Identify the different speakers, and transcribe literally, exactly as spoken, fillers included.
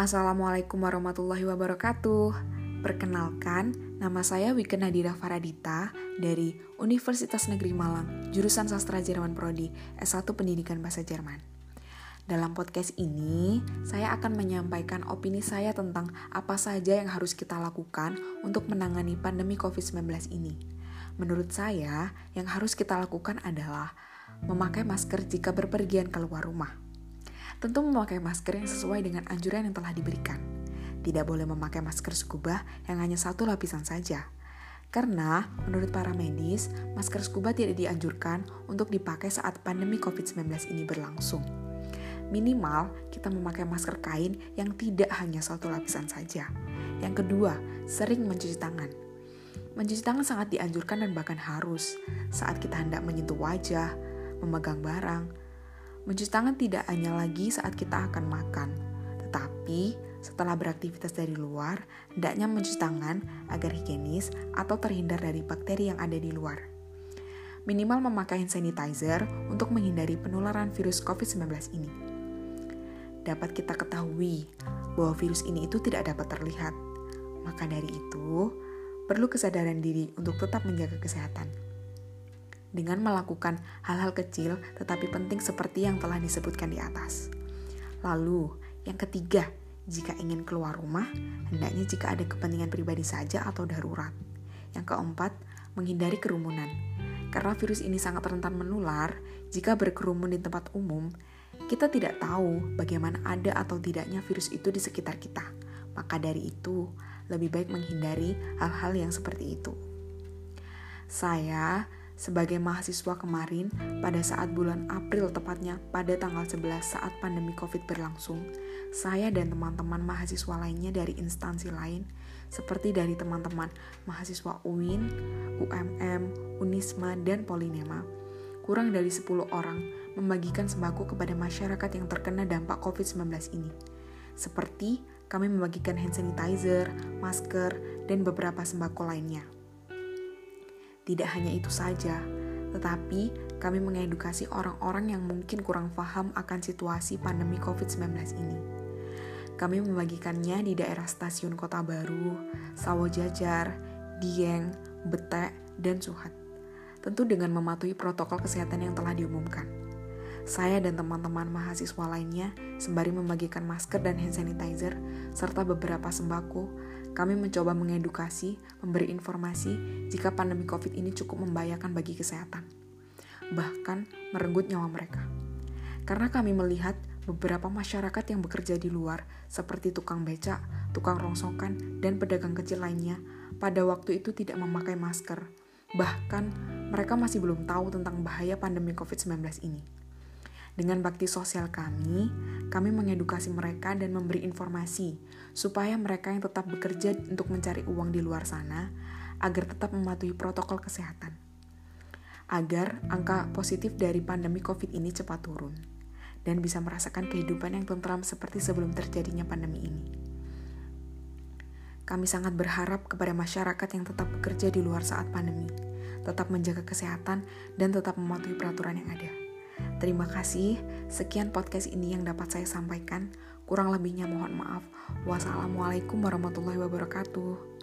Speaker 1: Assalamualaikum warahmatullahi wabarakatuh. Perkenalkan, nama saya Wike Nadira Faradita dari Universitas Negeri Malang, jurusan Sastra Jerman Prodi, S satu Pendidikan Bahasa Jerman. Dalam podcast ini, saya akan menyampaikan opini saya tentang apa saja yang harus kita lakukan untuk menangani pandemi covid sembilan belas ini. Menurut saya, yang harus kita lakukan adalah memakai masker jika berpergian keluar rumah. Tentu memakai masker yang sesuai dengan anjuran yang telah diberikan. Tidak boleh memakai masker scuba yang hanya satu lapisan saja. Karena menurut para medis, masker scuba tidak dianjurkan untuk dipakai saat pandemi covid sembilan belas ini berlangsung. Minimal kita memakai masker kain yang tidak hanya satu lapisan saja. Yang kedua, sering mencuci tangan. Mencuci tangan sangat dianjurkan dan bahkan harus saat kita hendak menyentuh wajah, memegang barang. Mencuci tangan tidak hanya lagi saat kita akan makan, tetapi setelah beraktivitas dari luar, hendaknya mencuci tangan agar higienis atau terhindar dari bakteri yang ada di luar. Minimal memakai hand sanitizer untuk menghindari penularan virus covid sembilan belas ini. Dapat kita ketahui bahwa virus ini itu tidak dapat terlihat. Maka dari itu, perlu kesadaran diri untuk tetap menjaga kesehatan. Dengan melakukan hal-hal kecil tetapi penting seperti yang telah disebutkan di atas. Lalu, yang ketiga, jika ingin keluar rumah, hendaknya jika ada kepentingan pribadi saja atau darurat. Yang keempat, menghindari kerumunan. Karena virus ini sangat rentan menular, jika berkerumun di tempat umum, kita tidak tahu bagaimana ada atau tidaknya virus itu di sekitar kita. Maka dari itu, lebih baik menghindari hal-hal yang seperti itu. Saya sebagai mahasiswa kemarin, pada saat bulan April tepatnya pada tanggal sebelas saat pandemi COVID berlangsung, saya dan teman-teman mahasiswa lainnya dari instansi lain, seperti dari teman-teman mahasiswa U I N, U M M, Unisma, dan Polinema, kurang dari sepuluh orang membagikan sembako kepada masyarakat yang terkena dampak covid sembilan belas ini. Seperti kami membagikan hand sanitizer, masker, dan beberapa sembako lainnya. Tidak hanya itu saja, tetapi kami mengedukasi orang-orang yang mungkin kurang paham akan situasi pandemi covid sembilan belas ini. Kami membagikannya di daerah stasiun Kota Baru, Sawojajar, Dieng, Betek, dan Suhat. Tentu dengan mematuhi protokol kesehatan yang telah diumumkan. Saya dan teman-teman mahasiswa lainnya sembari membagikan masker dan hand sanitizer, serta beberapa sembako, kami mencoba mengedukasi, memberi informasi jika pandemi COVID ini cukup membahayakan bagi kesehatan, bahkan merenggut nyawa mereka. Karena kami melihat beberapa masyarakat yang bekerja di luar, seperti tukang becak, tukang rongsokan, dan pedagang kecil lainnya, pada waktu itu tidak memakai masker. Bahkan mereka masih belum tahu tentang bahaya pandemi covid sembilan belas ini. Dengan bakti sosial kami, kami mengedukasi mereka dan memberi informasi supaya mereka yang tetap bekerja untuk mencari uang di luar sana agar tetap mematuhi protokol kesehatan. Agar angka positif dari pandemi COVID ini cepat turun dan bisa merasakan kehidupan yang tentram seperti sebelum terjadinya pandemi ini. Kami sangat berharap kepada masyarakat yang tetap bekerja di luar saat pandemi, tetap menjaga kesehatan dan tetap mematuhi peraturan yang ada. Terima kasih, sekian podcast ini yang dapat saya sampaikan. Kurang lebihnya mohon maaf. Wassalamualaikum warahmatullahi wabarakatuh.